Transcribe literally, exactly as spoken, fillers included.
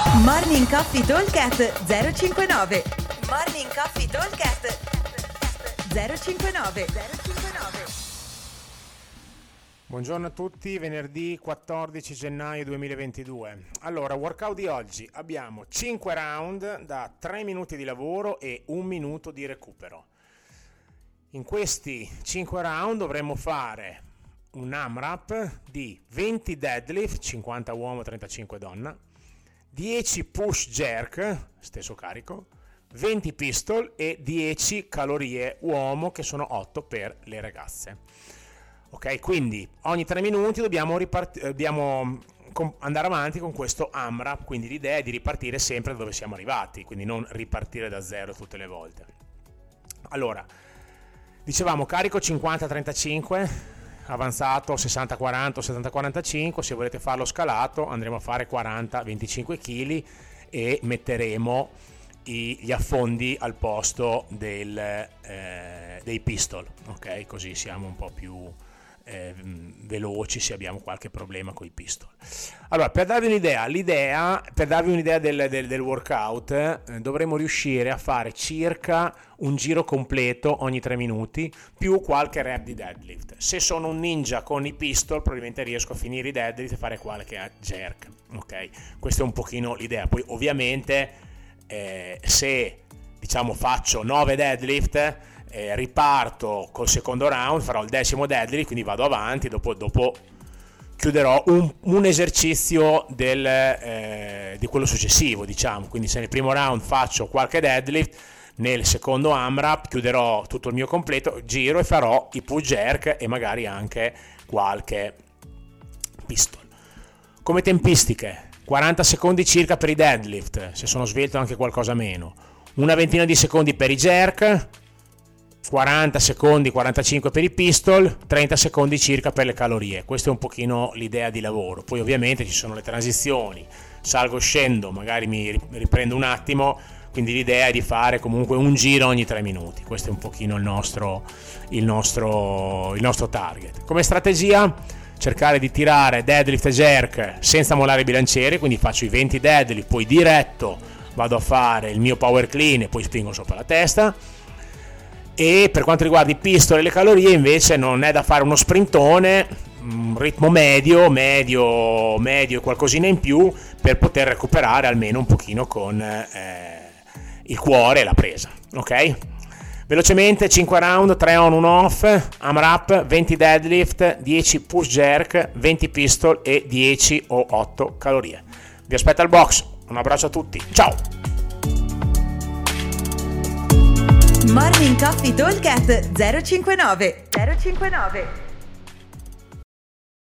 Morning Coffee Talkcast zero cinquantanove. Morning Coffee Talkcast zero cinquantanove. Buongiorno a tutti, venerdì quattordici gennaio duemilaventidue. Allora, workout di oggi abbiamo cinque round da tre minuti di lavoro e un minuto di recupero. In questi cinque round dovremo fare un AMRAP di venti deadlift, cinquanta uomo, trentacinque donna, dieci push jerk, stesso carico, venti pistol e dieci calorie uomo, che sono otto per le ragazze. Ok, quindi ogni tre minuti dobbiamo, ripart- dobbiamo andare avanti con questo AMRAP, quindi l'idea è di ripartire sempre da dove siamo arrivati, quindi non ripartire da zero tutte le volte. Allora, dicevamo carico cinquanta trentacinque, avanzato sessanta quaranta o settanta quarantacinque, se volete farlo scalato andremo a fare quaranta venticinque chili e metteremo i, gli affondi al posto del, eh, dei pistol, ok? Così siamo un po' più eh, veloci se abbiamo qualche problema con i pistol. Allora, per darvi un'idea, l'idea, per darvi un'idea del, del, del workout, eh, dovremo riuscire a fare circa un giro completo ogni tre minuti più qualche rep di deadlift. Se sono un ninja con i pistol probabilmente riesco a finire i deadlift e fare qualche jerk, ok? Questa è un pochino l'idea. Poi ovviamente eh, se diciamo faccio nove deadlift, eh, riparto col secondo round, farò il decimo deadlift, quindi vado avanti, dopo, dopo chiuderò un, un esercizio del, eh, di quello successivo, diciamo. Quindi se nel primo round faccio qualche deadlift, nel secondo AMRAP chiuderò tutto il mio completo giro e farò i pull jerk e magari anche qualche pistol. Come tempistiche, quaranta secondi circa per i deadlift, se sono svelto anche qualcosa meno, una ventina di secondi per i jerk, quaranta secondi, quarantacinque per i pistol, trenta secondi circa per le calorie. Questa è un pochino l'idea di lavoro. Poi ovviamente ci sono le transizioni, salgo, scendo, magari mi riprendo un attimo, quindi l'idea è di fare comunque un giro ogni tre minuti. Questo è un pochino il nostro, il nostro, il nostro target. Come strategia, cercare di tirare deadlift e jerk senza mollare i bilancieri, quindi faccio i venti deadlift, poi diretto vado a fare il mio power clean e poi spingo sopra la testa. E per quanto riguarda i pistol e le calorie invece non è da fare uno sprintone, un ritmo medio, medio, medio e qualcosina in più per poter recuperare almeno un pochino con eh, il cuore e la presa, ok? Velocemente cinque round, tre on, uno off, AMRAP, venti deadlift, dieci push jerk, venti pistol e dieci o otto calorie. Vi aspetto al box, un abbraccio a tutti, ciao! Morning Coffee Talkcast zero cinquantanove.